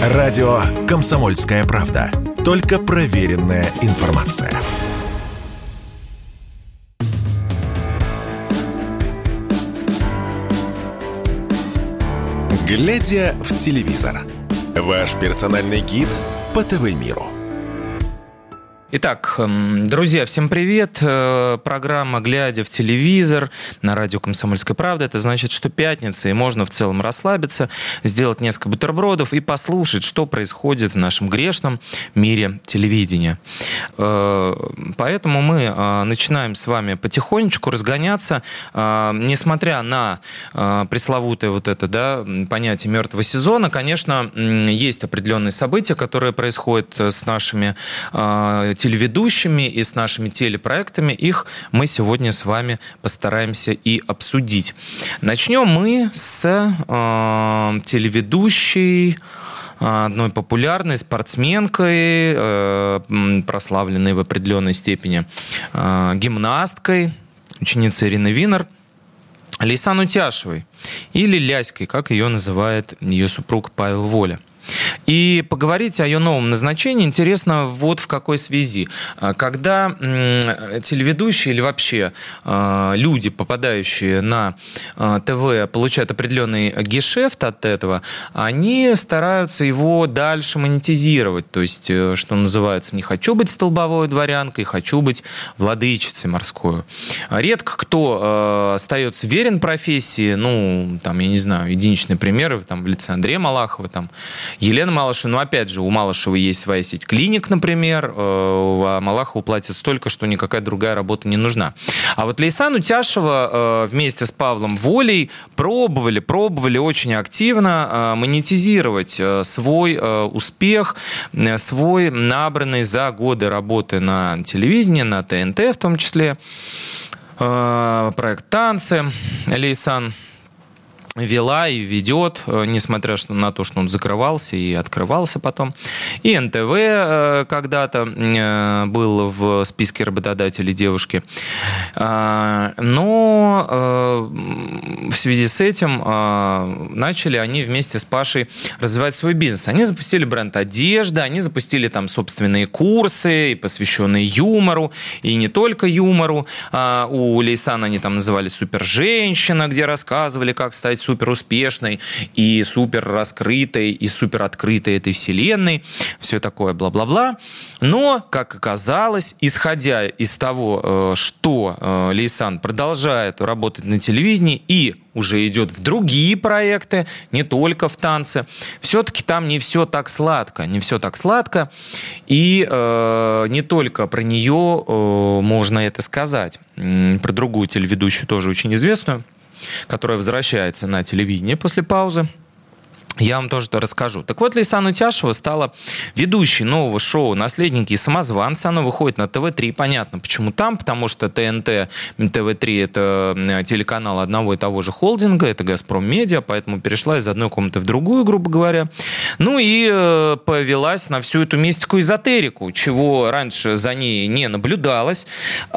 Радио «Комсомольская правда». Только проверенная информация. «Глядя в телевизор» – ваш персональный гид по ТВ-миру. Итак, друзья, всем привет. Программа «Глядя в телевизор» на радио «Комсомольская правда». Это значит, что пятница, и можно в целом расслабиться, сделать несколько бутербродов и послушать, что происходит в нашем грешном мире телевидения. Поэтому мы начинаем с вами потихонечку разгоняться. Несмотря на пресловутое вот это, понятие мертвого сезона, конечно, есть определенные события, которые происходят с нашими телеведущими и с нашими телепроектами. Их мы сегодня с вами постараемся и обсудить. Начнем мы с телеведущей, одной популярной спортсменкой, прославленной в определенной степени гимнасткой, ученицей Ирины Винер, Лейсан Утяшевой, или Ляськой, как ее называет ее супруг Павел Воля. И поговорить о ее новом назначении интересно вот в какой связи. Когда телеведущие или вообще люди, попадающие на ТВ, получают определенный гешефт от этого, они стараются его дальше монетизировать. То есть, что называется, не хочу быть столбовой дворянкой, хочу быть владычицей морской. Редко кто остается верен профессии. Ну, там, я не знаю, единичные примеры там, в лице Андрея Малахова, там, Елена Малышева, опять же, у Малышевой есть своя сеть клиник, например, а Малахову платят столько, что никакая другая работа не нужна. А вот Лейсан Утяшева вместе с Павлом Волей пробовали очень активно монетизировать свой успех, свой набранный за годы работы на телевидении, на ТНТ в том числе, проект «Танцы». Лейсан вела и ведет, несмотря на то, что он закрывался и открывался потом. И НТВ когда-то был в списке работодателей девушки. Но в связи с этим начали они вместе с Пашей развивать свой бизнес. Они запустили бренд одежды, они запустили там собственные курсы, посвященные юмору, и не только юмору. У Лейсан они там называли «Супер-женщина», где рассказывали, как стать супер успешной и супер раскрытой и супер открытой этой вселенной. Все такое бла-бла-бла. Но, как оказалось, исходя из того, что Лейсан продолжает работать на телевидении и уже идет в другие проекты, не только в танце, все-таки там не все так сладко. Не все так сладко. И не только про нее можно это сказать. Про другую телеведущую, тоже очень известную, которая возвращается на телевидение после паузы. Я вам тоже это расскажу. Так вот, Лейсан Утяшева стала ведущей нового шоу «Наследники и самозванцы». Оно выходит на ТВ-3. Понятно, почему там. Потому что ТНТ, ТВ-3 – это телеканал одного и того же холдинга. Это «Газпром Медиа». Поэтому перешла из одной комнаты в другую, грубо говоря. Ну и повелась на всю эту мистику-эзотерику, чего раньше за ней не наблюдалось.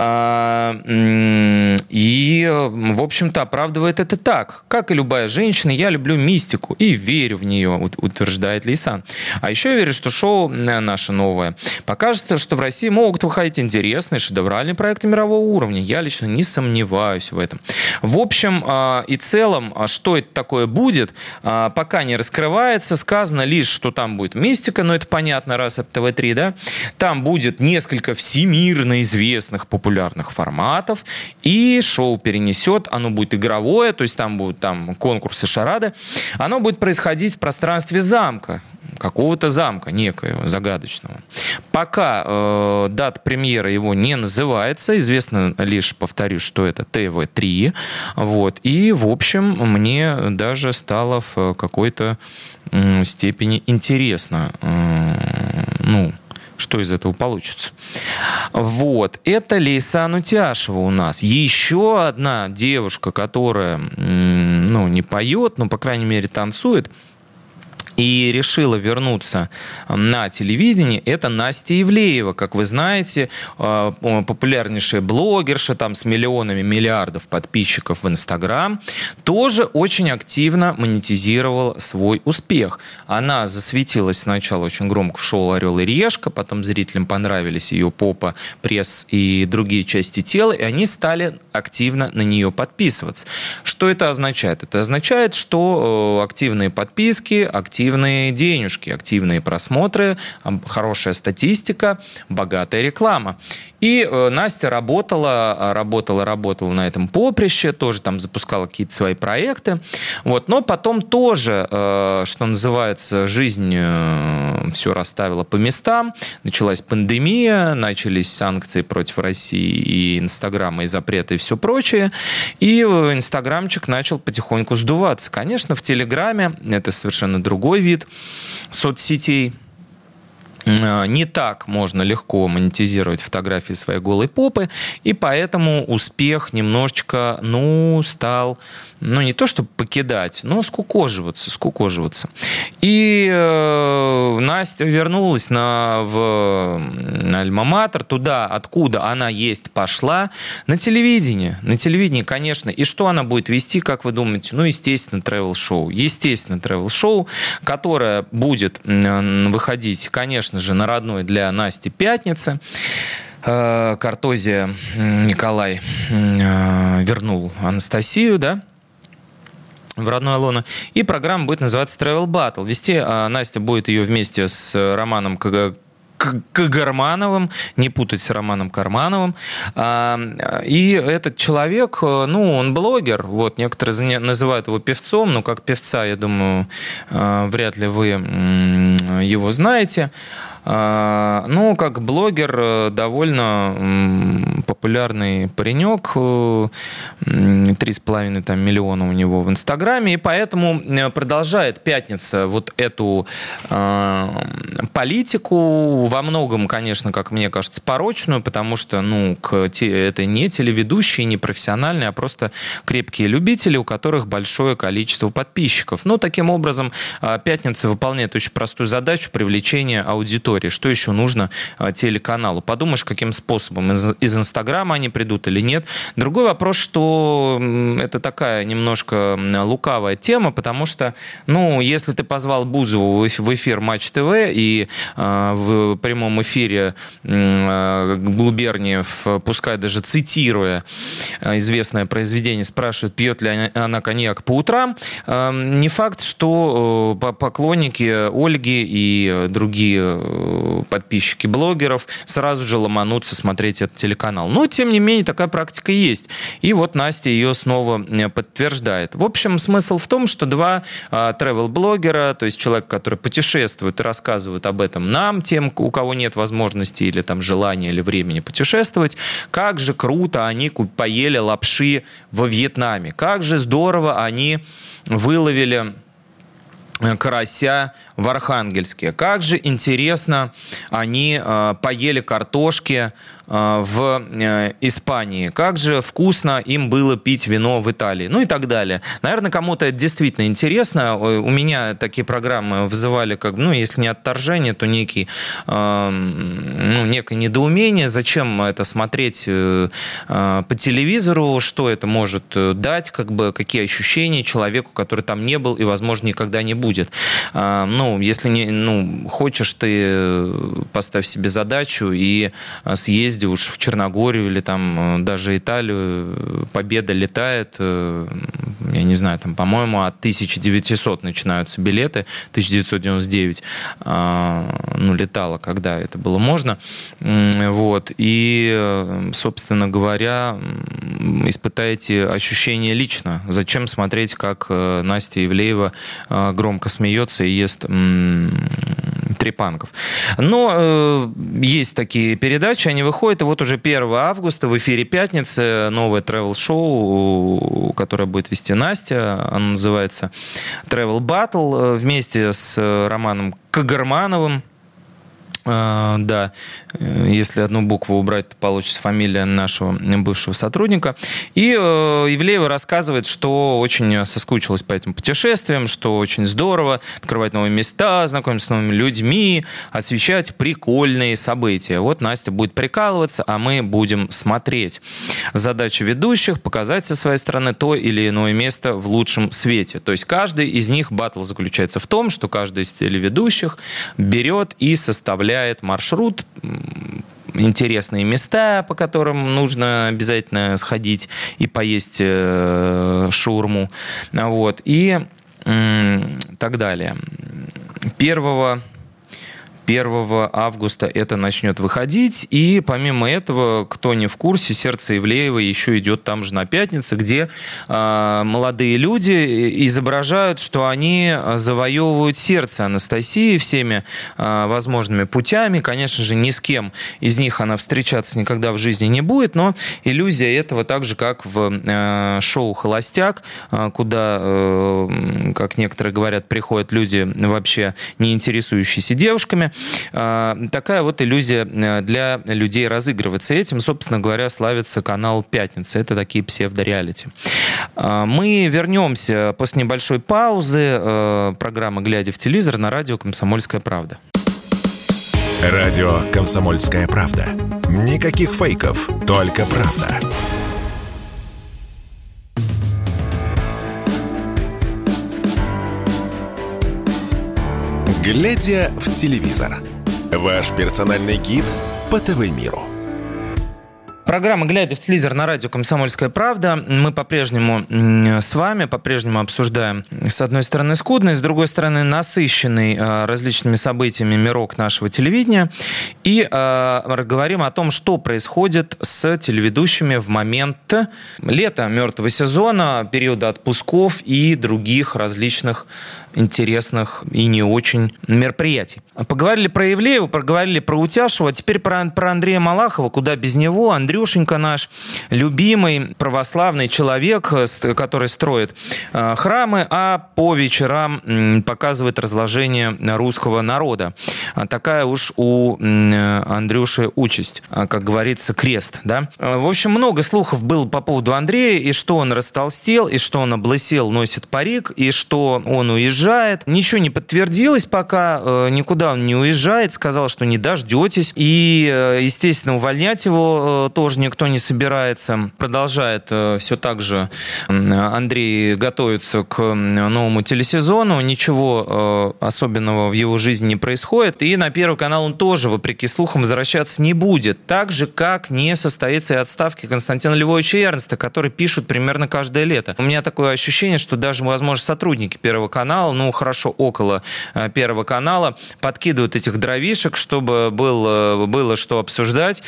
И, в общем-то, оправдывает это так. Как и любая женщина, я люблю мистику и верю в нее, утверждает Лейсан. А еще я верю, что шоу наше новое покажет, что в России могут выходить интересные, шедевральные проекты мирового уровня. Я лично не сомневаюсь в этом. В общем и целом, что это такое будет, пока не раскрывается. Сказано лишь, что там будет мистика, но это понятно, раз от ТВ-3, да? Там будет несколько всемирно известных популярных форматов, и шоу перенесет, оно будет игровое, то есть там будут конкурсы, шарады. Оно будет происходить в пространстве замка, какого-то замка некоего загадочного. Пока дата премьеры его не называется, известно лишь, повторюсь, что это ТВ-3. Вот. И, в общем, мне даже стало в какой-то степени интересно, что из этого получится. Вот. Это Лейсан Утяшева у нас. Еще одна девушка, которая, не поет, но, по крайней мере, танцует. и решила вернуться на телевидение, это Настя Ивлеева. Как вы знаете, популярнейшая блогерша там, с миллионами, миллиардов подписчиков в Инстаграм, тоже очень активно монетизировала свой успех. Она засветилась сначала очень громко в шоу «Орел и решка», потом зрителям понравились ее попа, пресс и другие части тела, и они стали активно на нее подписываться. Что это означает? Это означает, что активные подписки, активные денежки, активные просмотры, хорошая статистика, богатая реклама. И Настя работала на этом поприще, тоже там запускала какие-то свои проекты. Вот. Но потом тоже, что называется, жизнь все расставила по местам. Началась пандемия, начались санкции против России и Инстаграма, и запреты, и все прочее. И Инстаграмчик начал потихоньку сдуваться. Конечно, в Телеграме это совершенно другой вид соцсетей. Не так можно легко монетизировать фотографии своей голой попы, и поэтому успех немножечко, стал, не то чтобы покидать, но скукоживаться. И Настя вернулась в Альма-Матер, туда, откуда она пошла, на телевидение. На телевидении, конечно. И что она будет вести, как вы думаете? Естественно, тревел-шоу. Естественно, тревел-шоу, которое будет выходить, конечно же, на родной для Насти пятнице. Картозия Николай вернул Анастасию, да, в родное лоно. И программа будет называться Travel Battle. Вести Настя будет ее вместе с Романом Кагармановым, не путать с Романом Кармановым. И этот человек, он блогер, некоторые называют его певцом, но как певца, я думаю, вряд ли вы его знаете. Как блогер довольно популярный паренек, 3,5 миллиона у него в Инстаграме, и поэтому продолжает «Пятница» эту политику, во многом, конечно, как мне кажется, порочную, потому что это не телеведущие, не профессиональные, а просто крепкие любители, у которых большое количество подписчиков. Таким образом, «Пятница» выполняет очень простую задачу привлечения аудитории. Что еще нужно телеканалу? Подумаешь, каким способом? Из Инстаграма они придут или нет? Другой вопрос, что это такая немножко лукавая тема, потому что, если ты позвал Бузову в эфир Матч ТВ и в прямом эфире Губерниев, пускай даже цитируя известное произведение, спрашивает, пьет ли она коньяк по утрам, не факт, что поклонники Ольги и другие подписчики блогеров сразу же ломанутся смотреть этот телеканал. Но, тем не менее, такая практика есть. И Настя ее снова подтверждает. В общем, смысл в том, что два travel-блогера, то есть человек, который путешествует и рассказывает об этом нам, тем, у кого нет возможности или желания, или времени путешествовать, как же круто они поели лапши во Вьетнаме, как же здорово они выловили карася в Архангельске. Как же интересно они поели картошки в Испании. Как же вкусно им было пить вино в Италии. И так далее. Наверное, кому-то это действительно интересно. У меня такие программы вызывали, если не отторжение, то некое недоумение. Зачем это смотреть по телевизору? Что это может дать? Какие ощущения человеку, который там не был и, возможно, никогда не будет. Если не хочешь, ты поставь себе задачу и съезди уж в Черногорию или даже Италию. Победа летает, я не знаю, по-моему, от 1900 начинаются билеты, 1999 летала, когда это было можно. И, собственно говоря, испытаете ощущение лично. Зачем смотреть, как Настя Ивлеева громко смеется и ест трепанков. Но есть такие передачи, они выходят, и уже 1 августа в эфире «Пятницы» новое travel-шоу, которое будет вести Настя, оно называется Travel Battle, вместе с Романом Кагармановым. Да, если одну букву убрать, то получится фамилия нашего бывшего сотрудника. И Ивлеева рассказывает, что очень соскучилась по этим путешествиям, что очень здорово открывать новые места, знакомиться с новыми людьми, освещать прикольные события. Вот Настя будет прикалываться, а мы будем смотреть. Задача ведущих — показать со своей стороны то или иное место в лучшем свете. То есть каждый из них, баттл заключается в том, что каждый из телеведущих берет и составляет маршрут, интересные места, по которым нужно обязательно сходить и поесть шаурму, вот, и так далее. 1 августа это начнет выходить. И помимо этого, кто не в курсе, «Сердце Ивлеевой» еще идет там же на пятнице, где молодые люди изображают, что они завоевывают сердце Анастасии всеми возможными путями. Конечно же, ни с кем из них она встречаться никогда в жизни не будет, но иллюзия этого, так же, как в шоу «Холостяк», куда, как некоторые говорят, приходят люди, вообще не интересующиеся девушками. Такая вот иллюзия для людей разыгрывается. Этим, собственно говоря, славится канал «Пятница». Это такие псевдореалити. Мы вернемся после небольшой паузы. Программа «Глядя в телевизор» на радио «Комсомольская правда». Радио «Комсомольская правда». Никаких фейков, только правда. «Глядя в телевизор» – ваш персональный гид по ТВ-миру. Программа «Глядя в телевизор» на радио «Комсомольская правда». Мы по-прежнему с вами, по-прежнему обсуждаем, с одной стороны, скудный, с другой стороны, насыщенный различными событиями мирок нашего телевидения. И говорим о том, что происходит с телеведущими в момент лета, мертвого сезона, периода отпусков и других различных интересных и не очень мероприятий. Поговорили про Ивлееву, поговорили про Утяшева, теперь про Андрея Малахова, куда без него. Андрюшенька наш, любимый православный человек, который строит храмы, а по вечерам показывает разложение русского народа. Такая уж у Андрюши участь, как говорится, крест. Да? В общем, много слухов было по поводу Андрея, и что он растолстел, и что он облысел, носит парик, и что он уезжает. Ничего не подтвердилось пока, никуда он не уезжает, сказал, что не дождетесь. И, естественно, увольнять его тоже никто не собирается. Продолжает все так же Андрей готовиться к новому телесезону. Ничего особенного в его жизни не происходит. И на Первый канал он тоже, вопреки слухам, возвращаться не будет. Так же, как не состоится и отставки Константина Львовича Эрнста, который пишут примерно каждое лето. У меня такое ощущение, что даже, возможно, сотрудники Первого канала, хорошо около Первого канала, подкидывают этих дровишек, чтобы было что обсуждать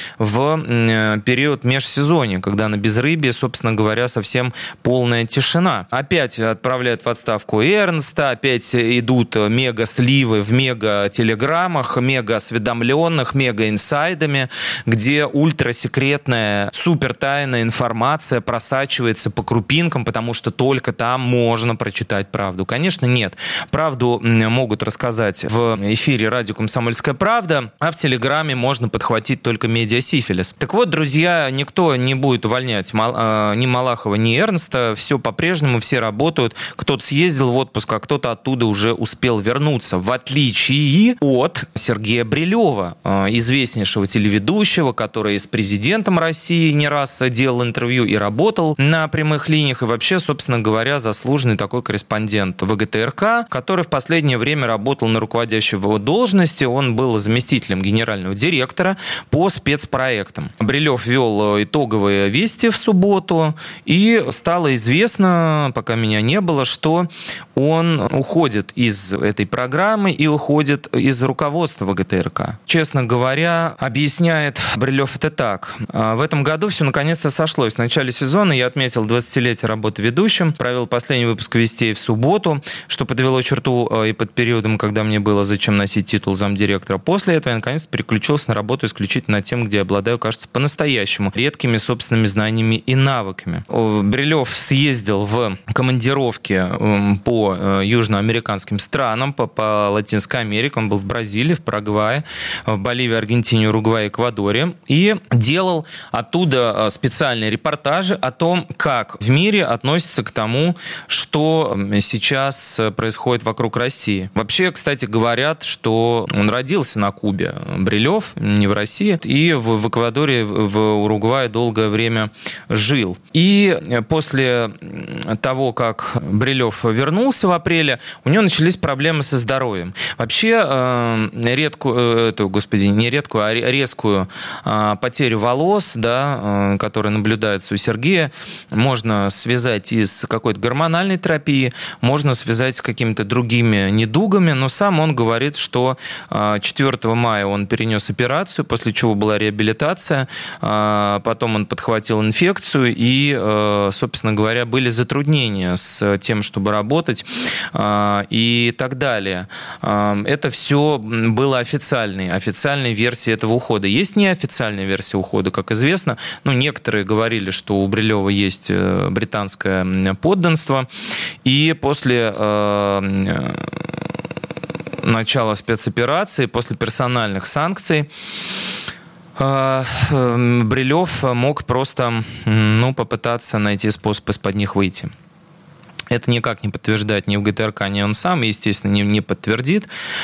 в период межсезонья, когда на безрыбье, собственно говоря, совсем полная тишина. Опять отправляют в отставку Эрнста, опять идут мега-сливы в мега-телеграммах, мега-осведомленных, мега-инсайдами, где ультрасекретная, супертайная информация просачивается по крупинкам, потому что только там можно прочитать правду. Конечно, нет. Правду могут рассказать в эфире радио «Комсомольская правда», а в Телеграме можно подхватить только медиасифилис. Так вот, друзья, никто не будет увольнять ни Малахова, ни Эрнста. Все по-прежнему, все работают. Кто-то съездил в отпуск, а кто-то оттуда уже успел вернуться. В отличие от Сергея Брилева, известнейшего телеведущего, который с президентом России не раз делал интервью и работал на прямых линиях. И вообще, собственно говоря, заслуженный такой корреспондент ВГТРК, который в последнее время работал на руководящей должности. Он был заместителем генерального директора по спецпроектам. Брилев вел итоговые «Вести» в субботу, и стало известно, пока меня не было, что он уходит из этой программы и уходит из руководства ВГТРК. Честно говоря, объясняет Брилев это так. В этом году все наконец-то сошлось. В начале сезона я отметил 20-летие работы ведущим, провел последний выпуск «Вестей» в субботу, что подвело черту и под периодом, когда мне было зачем носить титул замдиректора. После этого я наконец-то переключился на работу исключительно над тем, где обладаю, кажется, по-настоящему по-настоящему редкими собственными знаниями и навыками. Брилев съездил в командировки по южноамериканским странам, по Латинской Америке. Он был в Бразилии, в Парагвае, в Боливии, Аргентине, Уругвае, Эквадоре. И делал оттуда специальные репортажи о том, как в мире относятся к тому, что сейчас происходит вокруг России. Вообще, кстати, говорят, что он родился на Кубе, Брилев, не в России, и в Эквадоре, в Уругвае долгое время жил. И после того, как Брилев вернулся в апреле, у него начались проблемы со здоровьем. Вообще, резкую потерю волос, да, которая наблюдается у Сергея, можно связать и с какой-то гормональной терапией, можно связать с какими-то другими недугами, но сам он говорит, что 4 мая он перенес операцию, после чего была реабилитация, потом он подхватил инфекцию и, собственно говоря, были затруднения с тем, чтобы работать и так далее. Это все было официальной версией этого ухода. Есть неофициальная версия ухода, как известно. Некоторые говорили, что у Брилева есть британское подданство, и после начала спецоперации, после персональных санкций, Брилев мог просто попытаться найти способ из-под них выйти. Это никак не подтверждает ни ВГТРК, ни он сам, естественно, не подтвердит.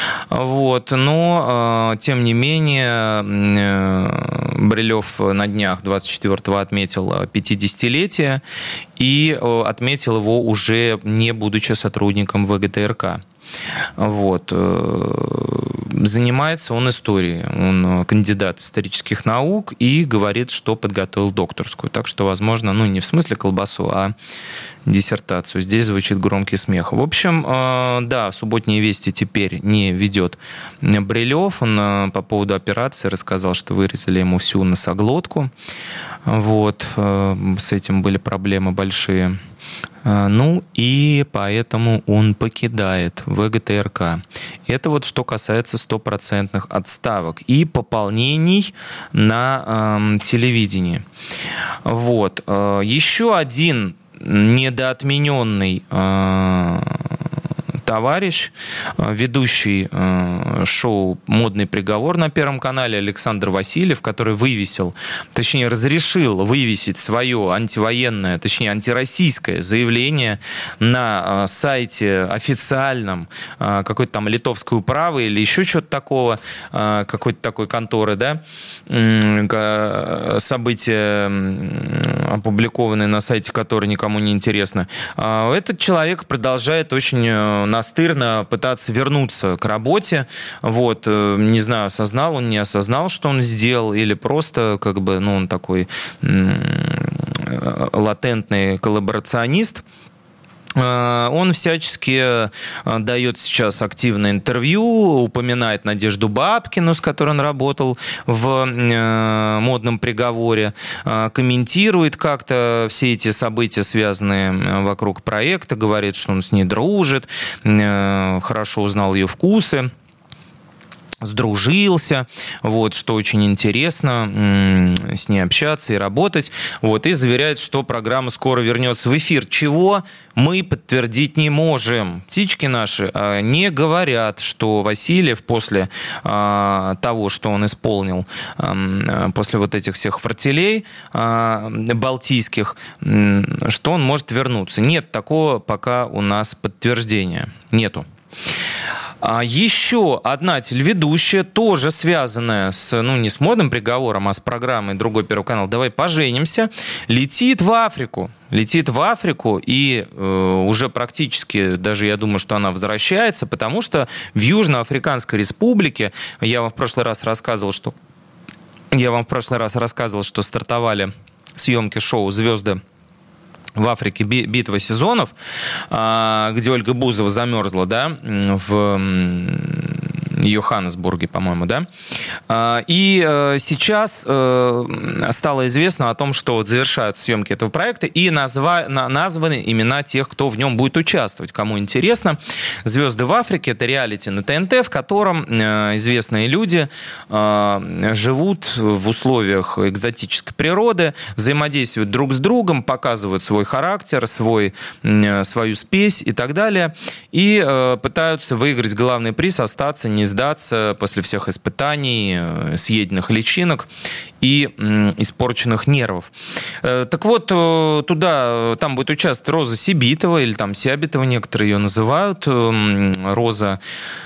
Но, тем не менее, Брилев на днях 24-го отметил 50-летие и отметил его уже не будучи сотрудником ВГТРК. Занимается он историей. Он кандидат исторических наук и говорит, что подготовил докторскую. Так что, возможно, не в смысле колбасу, а диссертацию. Здесь звучит громкий смех. В общем, да, «Субботние вести» теперь не ведет Брилев. Он по поводу операции рассказал, что вырезали ему всю носоглотку. С этим были проблемы большие. И поэтому он покидает ВГТРК. Это что касается стопроцентных отставок и пополнений на телевидении. Еще один недоотмененный товарищ, ведущий шоу «Модный приговор» на Первом канале Александр Васильев, который разрешил вывесить свое антивоенное, антироссийское заявление на сайте официальном какой-то там литовской управы или еще что-то такого, какой-то такой конторы, да, события, опубликованные на сайте, которые никому не интересны. Этот человек продолжает очень настырно пытаться вернуться к работе. Не знаю, осознал он, не осознал, что он сделал, или просто он такой латентный коллаборационист. Он всячески дает сейчас активное интервью, упоминает Надежду Бабкину, с которой он работал в «Модном приговоре», комментирует как-то все эти события, связанные вокруг проекта, говорит, что он с ней дружит, хорошо узнал ее вкусы, сдружился, что очень интересно с ней общаться и работать, и заверяет, что программа скоро вернется в эфир, чего мы подтвердить не можем. Птички наши не говорят, что Васильев после того, что он исполнил, после этих всех фортелей балтийских, что он может вернуться. Нет такого пока у нас подтверждения. Нету. Еще одна телеведущая, тоже связанная не с «Модным приговором», а с программой другой Первый канал «Давай поженимся», летит в Африку. И уже практически, даже я думаю, что она возвращается, потому что в Южноафриканской Республике, я вам в прошлый раз рассказывал, что стартовали съемки шоу «Звезды в Африке. Битва сезонов», где Ольга Бузова замерзла, да, в Йоханнесбурге, по-моему, да. И сейчас стало известно о том, что вот завершают съемки этого проекта, и названы имена тех, кто в нем будет участвовать. Кому интересно, «Звезды в Африке» — это реалити на ТНТ, в котором известные люди живут в условиях экзотической природы, взаимодействуют друг с другом, показывают свой характер, свою спесь и так далее, и пытаются выиграть главный приз, остаться, не сдаться после всех испытаний, съеденных личинок и испорченных нервов. Так вот, там будет участвовать Роза Сибитова, или там Сябитова, некоторые ее называют. Роза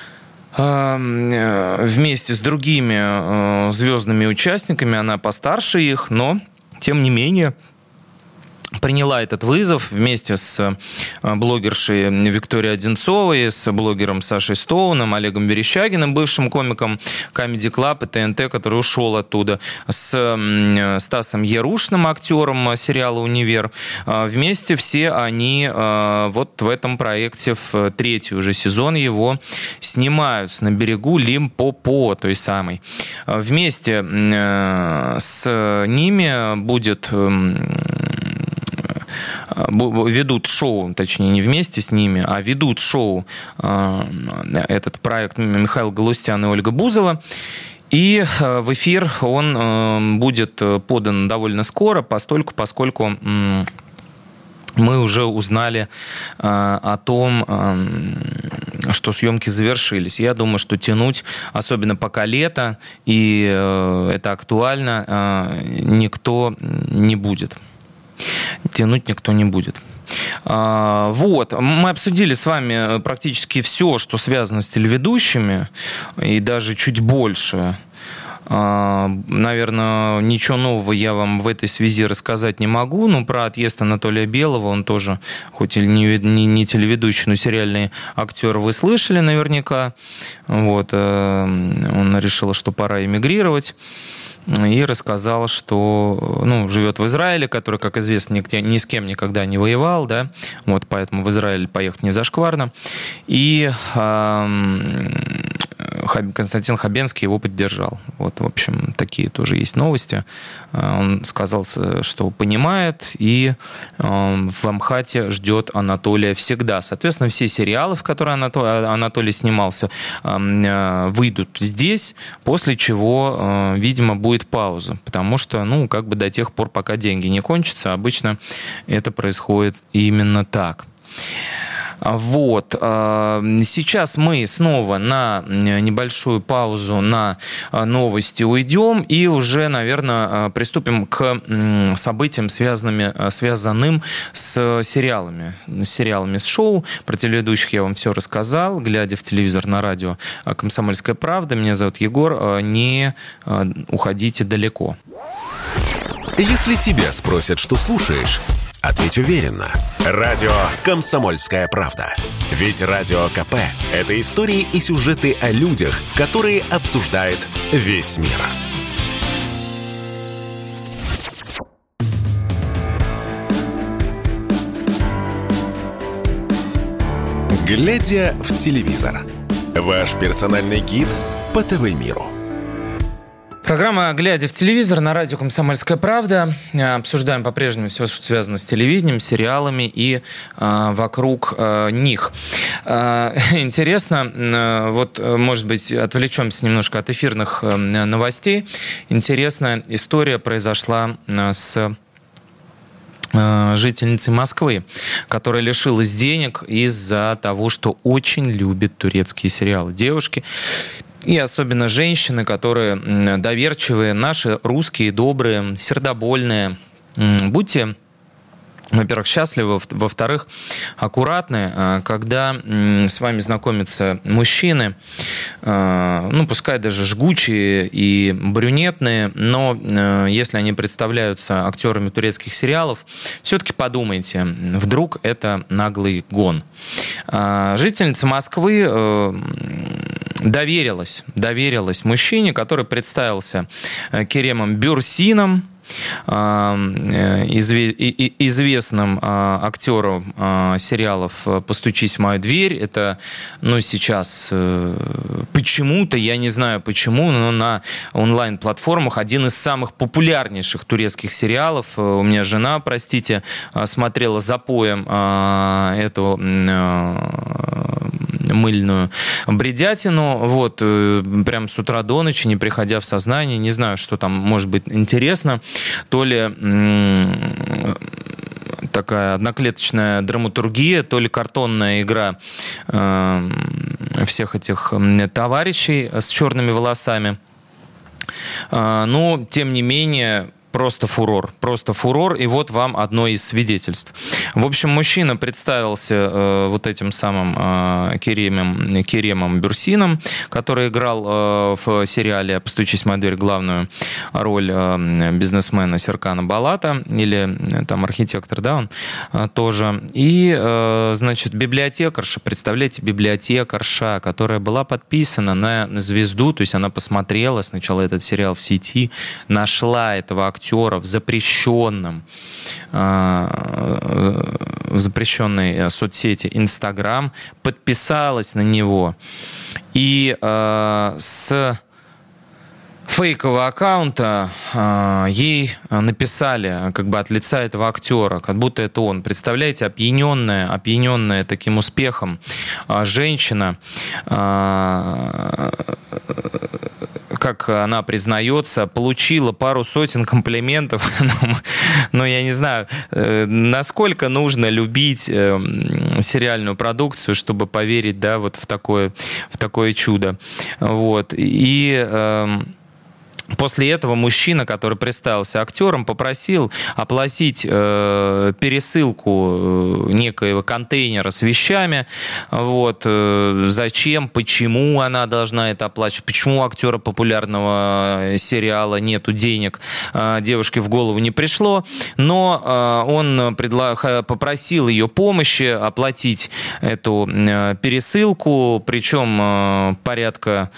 вместе с другими звездными участниками, она постарше их, но тем не менее приняла этот вызов вместе с блогершей Викторией Одинцовой, с блогером Сашей Стоуном, Олегом Верещагиным, бывшим комиком Comedy Club и ТНТ, который ушел оттуда, с Стасом Ярушным, актером сериала «Универ». Вместе все они вот в этом проекте, в третий уже сезон его, снимаются на берегу Лимпопо, той самой. Вместе с ними ведут шоу, точнее, не вместе с ними, а ведут шоу этот проект Михаил Галустян и Ольга Бузова. И в эфир он будет подан довольно скоро, поскольку мы уже узнали о том, что съемки завершились. Я думаю, что тянуть, особенно пока лето, и это актуально, никто не будет. Тянуть никто не будет. Вот. Мы обсудили с вами практически все, что связано с телеведущими, и даже чуть больше. Наверное, ничего нового я вам в этой связи рассказать не могу, но про отъезд Анатолия Белого, он тоже, хоть и не телеведущий, но сериальный актер, вы слышали наверняка. Вот. Он решил, что пора эмигрировать. И рассказал, что живет в Израиле, который, как известно, ни с кем никогда не воевал, да, вот поэтому в Израиль поехать не зашкварно. И Константин Хабенский его поддержал. Вот, в общем, такие тоже есть новости. Он сказал, что понимает, и в Амхате ждет Анатолия всегда. Соответственно, все сериалы, в которые Анатолий снимался, выйдут здесь, после чего, видимо, будет пауза. Потому что, до тех пор, пока деньги не кончатся, обычно это происходит именно так. Вот. Сейчас мы снова на небольшую паузу на новости уйдем и уже, наверное, приступим к событиям, связанным с сериалами. С сериалами, с шоу. Про телеведущих я вам все рассказал, глядя в телевизор на радио «Комсомольская правда». Меня зовут Егор. Не уходите далеко. Если тебя спросят, что слушаешь, ответь уверенно. Радио «Комсомольская правда». Ведь Радио КП – это истории и сюжеты о людях, которые обсуждает весь мир. Глядя в телевизор. Ваш персональный гид по ТВ-миру. Программа «Глядя в телевизор» на радио «Комсомольская правда». Обсуждаем по-прежнему все, что связано с телевидением, сериалами и вокруг них. Интересно, вот, может быть, отвлечемся немножко от эфирных новостей. Интересная история произошла с жительницей Москвы, которая лишилась денег из-за того, что очень любит турецкие сериалы. Девушки и особенно женщины, которые доверчивые, наши русские, добрые, сердобольные. Будьте, во-первых, счастливы, во-вторых, аккуратны, когда с вами знакомятся мужчины, пускай даже жгучие и брюнетные, но если они представляются актерами турецких сериалов, все-таки подумайте, вдруг это наглый гон. Жительница Москвы доверилась мужчине, который представился Керемом Бюрсином, известным актером сериалов «Постучись в мою дверь». Это, сейчас почему-то, я не знаю почему, но на онлайн-платформах один из самых популярнейших турецких сериалов. У меня жена, простите, смотрела запоем эту мыльную бредятину, прям с утра до ночи, не приходя в сознание. Не знаю, что там может быть интересно. То ли такая одноклеточная драматургия, то ли картонная игра всех этих товарищей с черными волосами. Но, тем не менее, просто фурор. И вот вам одно из свидетельств. В общем, мужчина представился вот этим самым Керемом Бюрсином, который играл в сериале «Постучись в мою дверь» главную роль бизнесмена Серкана Балата, или там архитектор, да, он тоже. И, библиотекарша, представляете, библиотекарша, которая была подписана на звезду, то есть она посмотрела сначала этот сериал в сети, нашла этого актера в запрещенной соцсети Инстаграм, подписалась на него. И с фейкового аккаунта ей написали от лица этого актера, как будто это он. Представляете, опьяненная таким успехом женщина, как она признается, получила пару сотен комплиментов. Но я не знаю, насколько нужно любить сериальную продукцию, чтобы поверить, в такое чудо. И после этого мужчина, который представился актером, попросил оплатить пересылку некоего контейнера с вещами. Зачем, почему она должна это оплачивать, почему у актера популярного сериала нету денег, девушке в голову не пришло. Но он попросил ее помощи оплатить эту пересылку, причем порядка,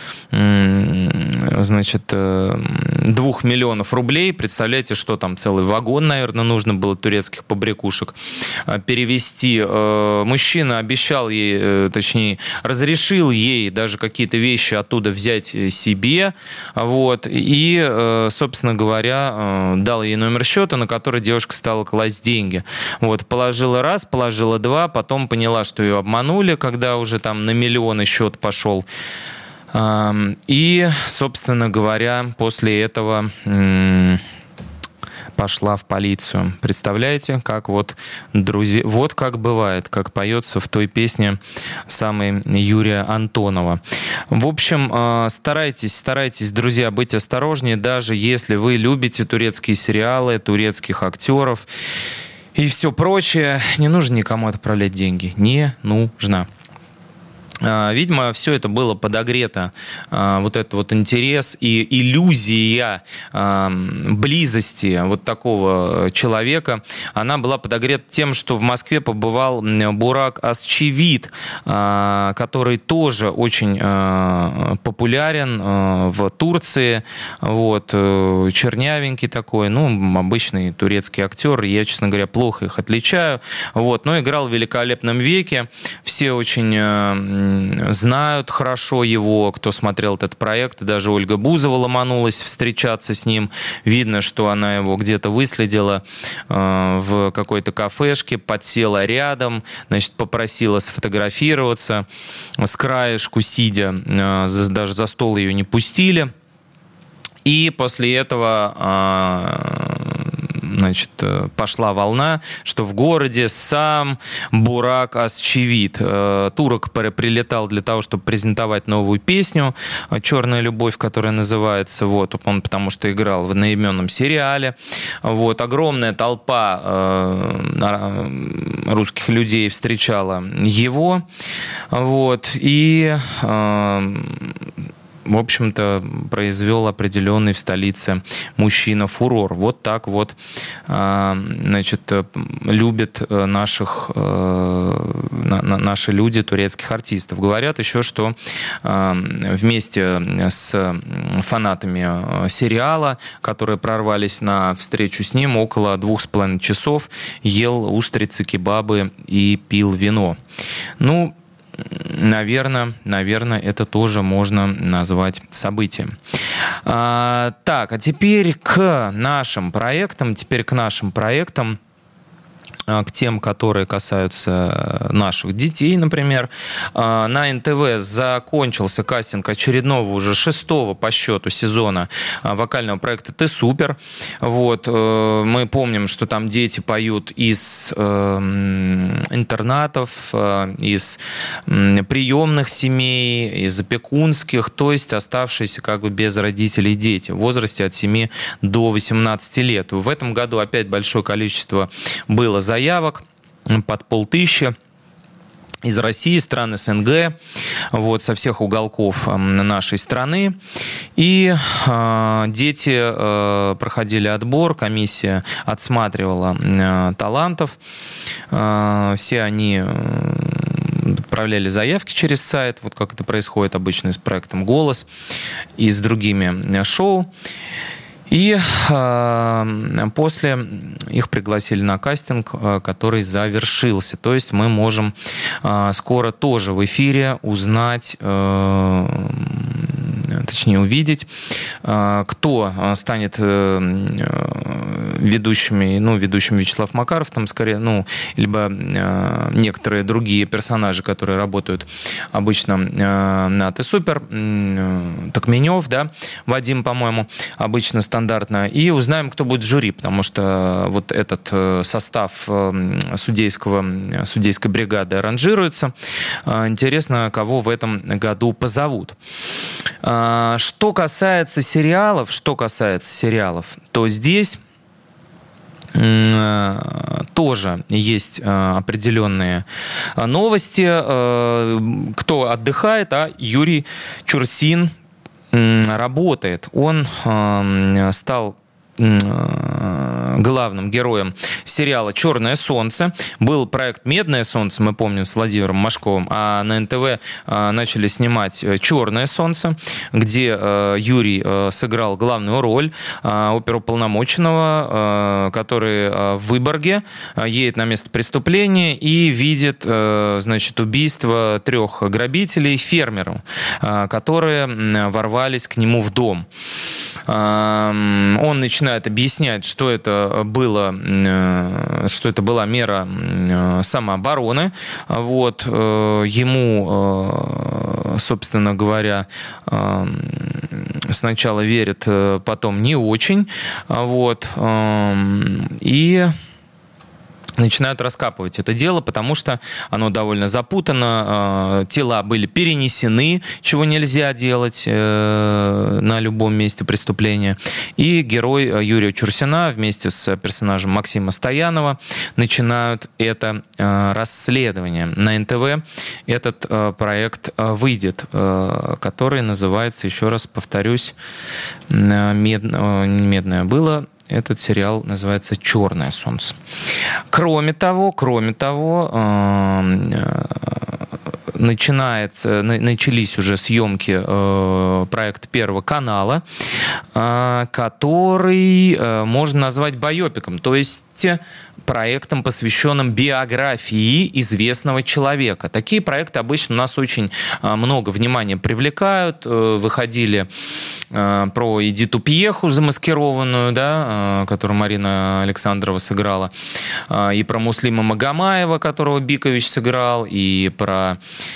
2 миллионов рублей. Представляете, что там целый вагон, наверное, нужно было турецких побрякушек перевезти. Мужчина обещал ей, точнее, разрешил ей даже какие-то вещи оттуда взять себе. И, собственно говоря, дал ей номер счета, на который девушка стала класть деньги. Положила раз, положила два, потом поняла, что ее обманули, когда уже там на миллионы счет пошел. И, собственно говоря, после этого пошла в полицию. Представляете, как друзья, как бывает, как поется в той песне самой Юрия Антонова. В общем, старайтесь, друзья, быть осторожнее, даже если вы любите турецкие сериалы, турецких актеров и все прочее. Не нужно никому отправлять деньги. Не нужно. Видимо, все это было подогрето, этот интерес и иллюзия близости такого человека, она была подогрета тем, что в Москве побывал Бурак Озчивит, который тоже очень популярен в Турции, чернявенький такой, обычный турецкий актер, я, честно говоря, плохо их отличаю, но играл в «Великолепном веке», все очень знают хорошо его, кто смотрел этот проект. Даже Ольга Бузова ломанулась встречаться с ним. Видно, что она его где-то выследила в какой-то кафешке, подсела рядом, попросила сфотографироваться. С краешку сидя, даже за стол ее не пустили. И после этого пошла волна, что в городе сам Бурак Озчивит. Турок прилетал для того, чтобы презентовать новую песню «Черная любовь», которая называется. Он потому что играл в одноименном сериале. Огромная толпа русских людей встречала его. И в общем-то, произвел определенный в столице мужчина фурор. Вот так вот, значит, любят наши люди турецких артистов. Говорят еще, что вместе с фанатами сериала, которые прорвались на встречу с ним, около 2,5 часов ел устрицы, кебабы и пил вино. Ну, наверное, это тоже можно назвать событием. Так, а теперь к нашим проектам, к тем, которые касаются наших детей, например. На НТВ закончился кастинг очередного, уже 6-го по счету сезона вокального проекта «Ты супер». Вот. Мы помним, что там дети поют из интернатов, из приемных семей, из опекунских, то есть оставшиеся как бы без родителей дети в возрасте от 7 до 18 лет. В этом году опять большое количество было заявок, под 500 из России, стран СНГ, вот, со всех уголков нашей страны. И дети проходили отбор, комиссия отсматривала талантов. Все они отправляли заявки через сайт, вот как это происходит обычно с проектом «Голос» и с другими шоу. И после их пригласили на кастинг, который завершился. То есть мы можем скоро тоже в эфире узнать, точнее увидеть, кто станет ведущим Вячеслав Макаров, там скорее, либо некоторые другие персонажи, которые работают обычно на «Ты супер», Токменев, да, Вадим, по-моему, обычно стандартно, и узнаем, кто будет в жюри, потому что вот этот состав судейской бригады ранжируется. Интересно, кого в этом году позовут. Что касается сериалов, то здесь тоже есть определенные новости. Кто отдыхает, Юрий Чурсин работает. Он стал главным героем сериала «Черное солнце». Был проект «Медное солнце», мы помним, с Владимиром Машковым, а на НТВ начали снимать «Черное солнце», где Юрий сыграл главную роль оперуполномоченного, который в Выборге едет на место преступления и видит, убийство 3 грабителей фермеров, которые ворвались к нему в дом. Он начинает объяснять, что это была мера самообороны. Вот. Ему, собственно говоря, сначала верят, потом не очень. Вот. И начинают раскапывать это дело, потому что оно довольно запутано. Тела были перенесены, чего нельзя делать на любом месте преступления. И герой Юрия Чурсина вместе с персонажем Максима Стоянова начинают это расследование. На НТВ этот проект выйдет, который называется, еще раз повторюсь, «Медное было». Этот сериал называется «Черное солнце». Кроме того, начались уже съемки проекта Первого канала, который можно назвать байопиком, то есть проектом, посвященным биографии известного человека. Такие проекты обычно у нас очень много внимания привлекают. Выходили про Эдиту Пьеху замаскированную, да, которую Марина Александрова сыграла, и про Муслима Магомаева, которого Бикович сыграл, и про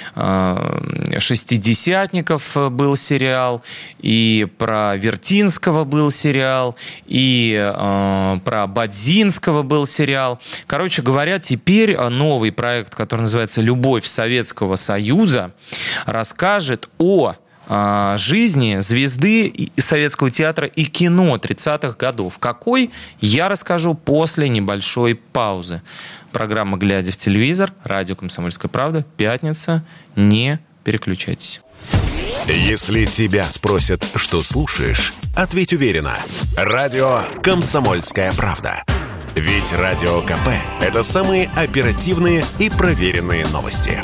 «Шестидесятников» был сериал, и про Вертинского был сериал, и про Бадзинского был сериал. Короче говоря, теперь новый проект, который называется «Любовь Советского Союза», расскажет о жизни звезды советского театра и кино 30-х годов. Какой, я расскажу после небольшой паузы. Программа «Глядя в телевизор», радио «Комсомольская правда», пятница. Не переключайтесь. Если тебя спросят, что слушаешь, ответь уверенно. Радио «Комсомольская правда». Ведь Радио КП – это самые оперативные и проверенные новости.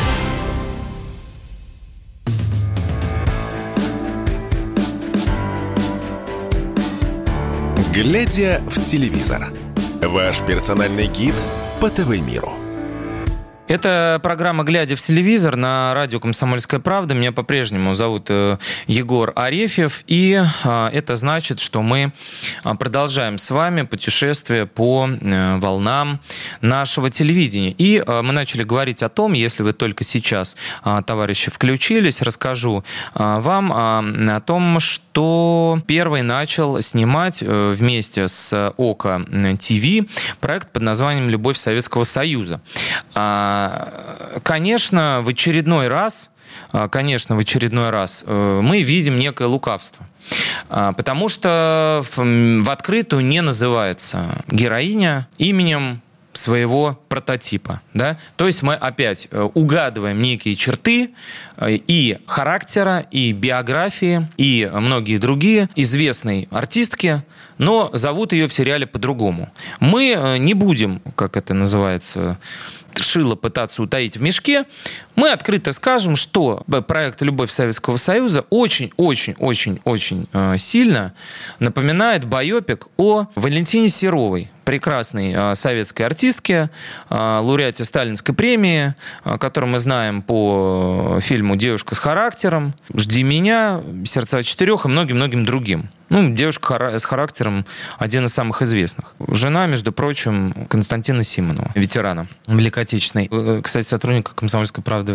Глядя в телевизор. Ваш персональный гид по ТВ-миру. Это программа «Глядя в телевизор» на радио «Комсомольская правда». Меня по-прежнему зовут Егор Арефьев. И это значит, что мы продолжаем с вами путешествие по волнам нашего телевидения. И мы начали говорить о том, если вы только сейчас, товарищи, включились, расскажу вам о том, что первый начал снимать вместе с ОКО ТВ проект под названием «Любовь Советского Союза». Конечно, в очередной раз мы видим некое лукавство. Потому что в открытую не называется героиня именем своего прототипа. Да? То есть мы опять угадываем некие черты и характера, и биографии, и многие другие известной артистки, но зовут ее в сериале по-другому. Мы не будем, как это называется, шило пытаться утаить в мешке. Мы открыто скажем, что проект «Любовь Советского Союза» очень-очень-очень-очень сильно напоминает байопик о Валентине Серовой, прекрасной советской артистке, лауреате Сталинской премии, которую мы знаем по фильму «Девушка с характером», «Жди меня», «Сердца четырех» и многим-многим другим. Девушка с характером один из самых известных. Жена, между прочим, Константина Симонова, ветерана Великой Отечественной. Кстати, сотрудника «Комсомольской правды»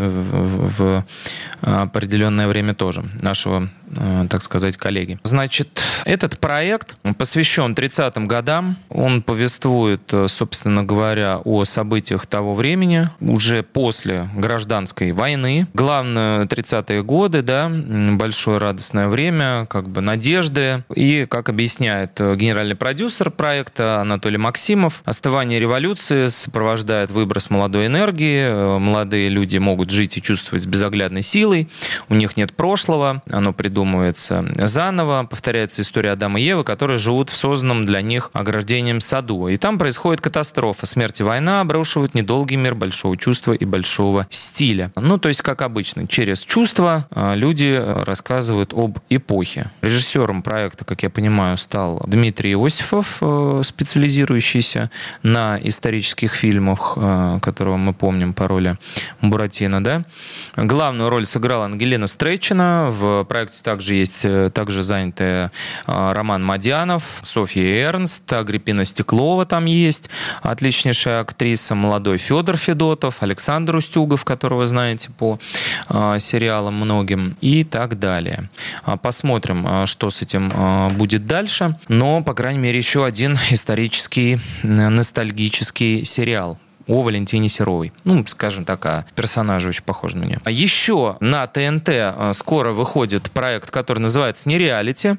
в определенное время тоже, нашего, так сказать, коллеги. Значит, этот проект посвящен 30-м годам. Он повествует, собственно говоря, о событиях того времени, уже после гражданской войны. Главное, 30-е годы, да, большое радостное время, надежды. И, как объясняет генеральный продюсер проекта Анатолий Максимов, остывание революции сопровождает выброс молодой энергии. Молодые люди могут жить и чувствовать с безоглядной силой. У них нет прошлого. Оно придумывается заново. Повторяется история Адама и Евы, которые живут в созданном для них ограждением саду. И там происходит катастрофа. Смерть и война обрушивают недолгий мир большого чувства и большого стиля. То есть, как обычно, через чувства люди рассказывают об эпохе. Режиссером проекта, как я понимаю, стал Дмитрий Иосифов, специализирующийся на исторических фильмах, которого мы помним по роли Буратино. Да? Главную роль сыграла Ангелина Стрейчина. В проекте также занятая Роман Мадьянов, Софья Эрнст, Агриппина Стеклова там есть, отличнейшая актриса, молодой Федор Федотов, Александр Устюгов, которого знаете по сериалам многим, и так далее. Посмотрим, что с этим будет дальше. Но, по крайней мере, еще один исторический ностальгический сериал о Валентине Серовой. Скажем так, персонажи очень похожи на нее. Еще на ТНТ скоро выходит проект, который называется «Нереалити».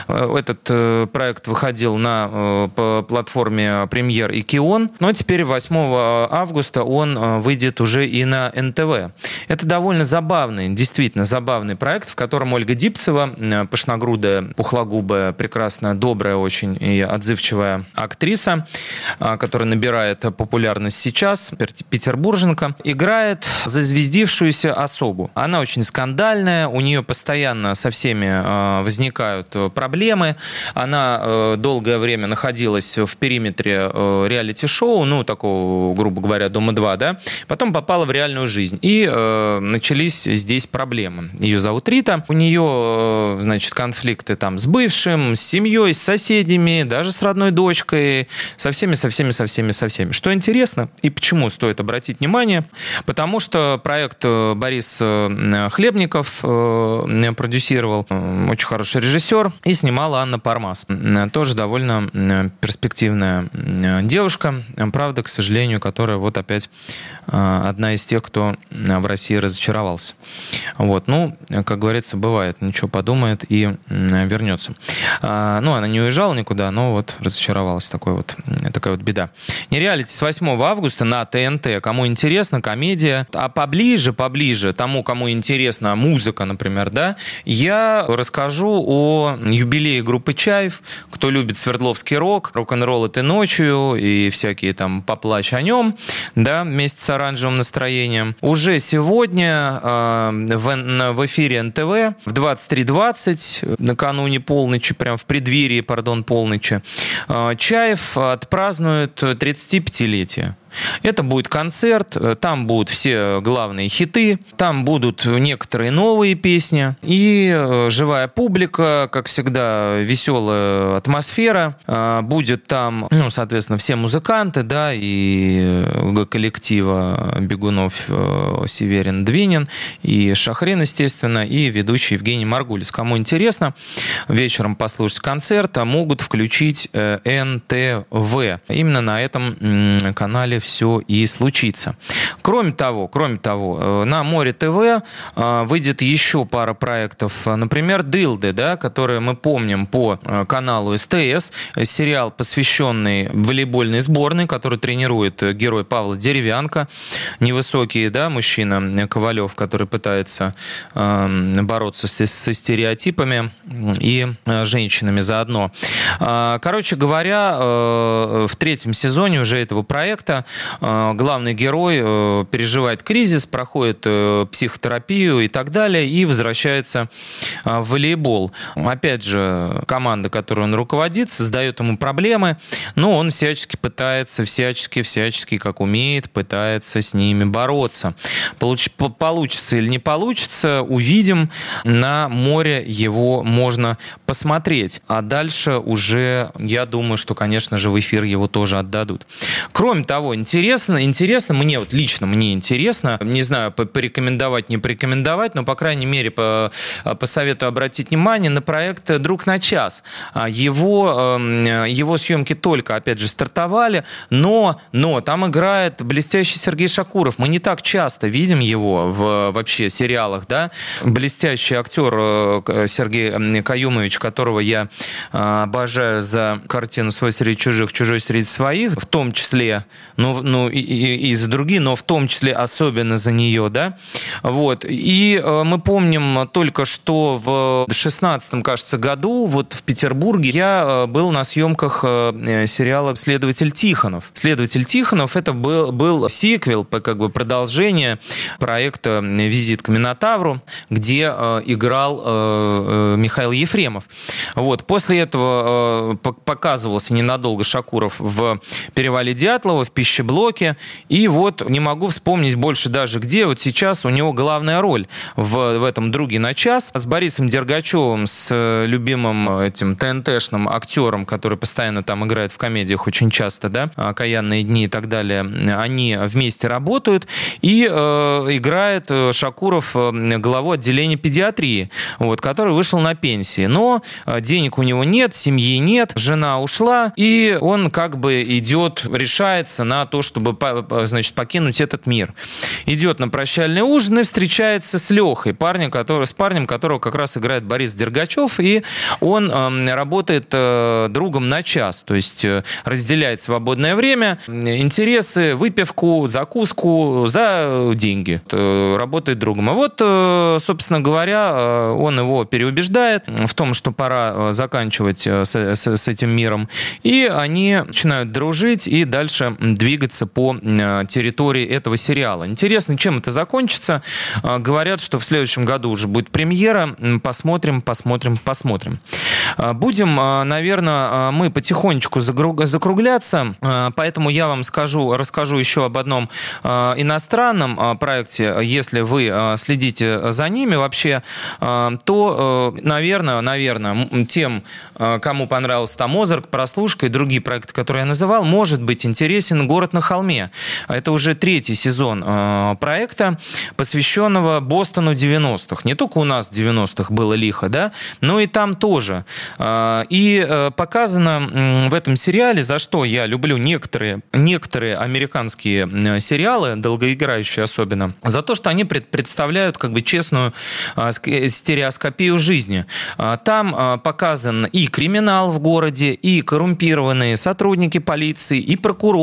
Этот проект выходил на платформе «Премьер» и «Кион», но теперь 8 августа он выйдет уже и на НТВ. Это довольно действительно забавный проект, в котором Ольга Дипсова, пышногрудая, пухлогубая, прекрасная, добрая очень и отзывчивая актриса, которая набирает популярность сейчас, петербурженка, играет зазвездившуюся особу. Она очень скандальная, у нее постоянно со всеми возникают проблемы. Она долгое время находилась в периметре реалити-шоу, такого, грубо говоря, «Дома-2», да? Потом попала в реальную жизнь. И начались здесь проблемы. Ее зовут Рита. У нее, конфликты там с бывшим, с семьей, с соседями, даже с родной дочкой, со всеми. Что интересно, и почему стоит обратить внимание? Потому что проект Борис Хлебников продюсировал, очень хороший режиссер, и снимала Анна Пармас. Тоже довольно перспективная девушка, правда, к сожалению, которая опять одна из тех, кто в России разочаровался. Как говорится, бывает, ничего подумает и вернется. Она не уезжала никуда, но разочаровалась. Такая беда. «Нереалити» с 8 августа просто на ТНТ. Кому интересно, комедия. А поближе, тому, кому интересна музыка, например, да, я расскажу о юбилее группы «Чайф». Кто любит свердловский рок, рок-н-ролл этой ночью и всякие там «Поплачь о нем», да, вместе с оранжевым настроением. Уже сегодня в эфире НТВ в 23:20, накануне полночи, прям в преддверии, полночи, «Чайф» отпразднует 35-летие. Это будет концерт, там будут все главные хиты, там будут некоторые новые песни и живая публика, как всегда, веселая атмосфера. Будет там, соответственно, все музыканты, да, и коллектива Бегунов, Северин, Двинин, и Шахрин, естественно, и ведущий Евгений Маргулис. Кому интересно вечером послушать концерт, могут включить НТВ. Именно на этом канале все и случится. Кроме того, на Море ТВ выйдет еще пара проектов. Например, «Дылды», да, которые мы помним по каналу СТС. Сериал, посвященный волейбольной сборной, который тренирует герой Павла Деревянко. Невысокий, да, мужчина Ковалев, который пытается бороться со стереотипами и женщинами заодно. Короче говоря, в 3-м сезоне уже этого проекта главный герой переживает кризис, проходит психотерапию и так далее, и возвращается в волейбол. Опять же, команда, которой он руководит, создает ему проблемы, но он всячески пытается, как умеет, пытается с ними бороться. Получится или не получится, увидим. На Море его можно посмотреть. А дальше уже, я думаю, что, конечно же, в эфир его тоже отдадут. Кроме того, интересно, мне вот лично, интересно, не знаю, порекомендовать, не порекомендовать, но, по крайней мере, посоветую обратить внимание на проект «Друг на час». Его съемки только, опять же, стартовали, но там играет блестящий Сергей Шакуров. Мы не так часто видим его в вообще сериалах, да. Блестящий актер Сергей Каюмович, которого я обожаю за картину «Свой среди чужих, чужой среди своих», в том числе, и за другие, но в том числе особенно за нее, да. Вот. И мы помним только что в 16-м, кажется, году, вот в Петербурге, я был на съемках сериала «Следователь Тихонов». «Следователь Тихонов» — это был сиквел, как бы продолжение проекта «Визит к Минотавру», где играл Михаил Ефремов. Вот. После этого показывался ненадолго Шакуров в «Перевале Дятлова», в «Пищеблоке». И вот не могу вспомнить больше даже где. Вот сейчас у него главная роль в этом «Друге на час». С Борисом Дергачевым, с любимым этим ТНТшным актером, который постоянно там играет в комедиях очень часто, да, «Окаянные дни» и так далее, они вместе работают. И играет Шакуров главу отделения педиатрии, вот, который вышел на пенсии. Но денег у него нет, семьи нет, жена ушла, и он как бы решается на то, чтобы, значит, покинуть этот мир. Идет на прощальный ужин и встречается с Лехой, парнем, которого как раз играет Борис Дергачев, и он работает другом на час, то есть разделяет свободное время, интересы, выпивку, закуску за деньги. Работает другом. А вот, собственно говоря, он его переубеждает в том, что пора заканчивать с этим миром, и они начинают дружить и дальше двигаться по территории этого сериала. Интересно, чем это закончится. Говорят, что в следующем году уже будет премьера. Посмотрим. Будем, наверное, мы потихонечку закругляться, поэтому я вам расскажу еще об одном иностранном проекте. Если вы следите за ними вообще, то, наверное, тем, кому понравился там «Озарк», «Прослушка» и другие проекты, которые я называл, может быть интересен «Город на холме». Это уже 3-й сезон проекта, посвященного Бостону 90-х. Не только у нас в 90-х было лихо, да, но и там тоже. И показано в этом сериале, за что я люблю некоторые американские сериалы, долгоиграющие особенно, за то, что они представляют как бы честную стереоскопию жизни. Там показан и криминал в городе, и коррумпированные сотрудники полиции, и прокурорские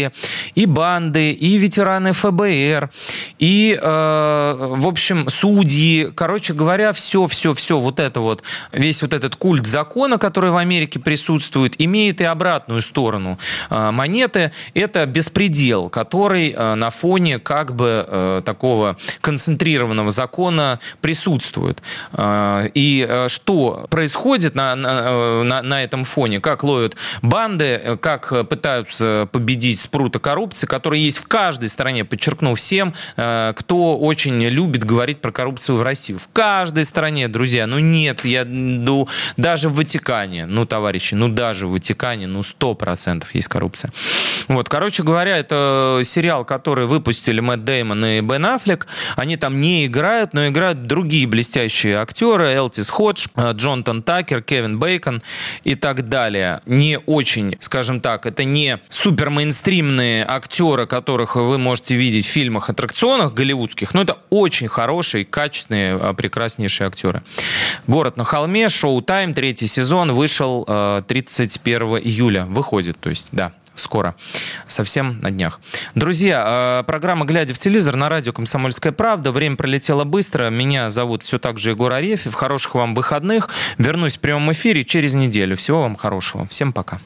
были и банды, и ветераны ФБР, и, в общем, судьи. Короче говоря, все вот это вот, весь вот этот культ закона, который в Америке присутствует, имеет и обратную сторону монеты. Это беспредел, который на фоне как бы такого концентрированного закона присутствует. И что происходит на этом фоне? Как ловят банды, как пытаются победить спрута коррупции, который есть в каждой стране, подчеркну всем, кто очень любит говорить про коррупцию в России. В каждой стране, друзья, нет, даже в Ватикане, товарищи, даже в Ватикане, 100% есть коррупция. Вот, короче говоря, это сериал, который выпустили Мэтт Дэймон и Бен Аффлек. Они там не играют, но играют другие блестящие актеры: Элтис Ходж, Джонатан Такер, Кевин Бейкон и так далее. Не очень, скажем так, это не супер-мейнстримные актеры, которых вы можете видеть в фильмах, аттракционах голливудских, но это очень хорошие, качественные, прекраснейшие актеры. «Город на холме», Шоу-тайм, 3-й сезон, вышел 31 июля. Выходит, то есть, да. Скоро. Совсем на днях. Друзья, программа «Глядя в телевизор» на радио «Комсомольская правда». Время пролетело быстро. Меня зовут все так же Егор Арефьев. Хороших вам выходных. Вернусь в прямом эфире через неделю. Всего вам хорошего. Всем пока.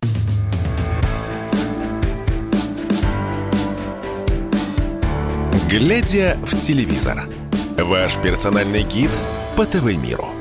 «Глядя в телевизор». Ваш персональный гид по ТВ-миру.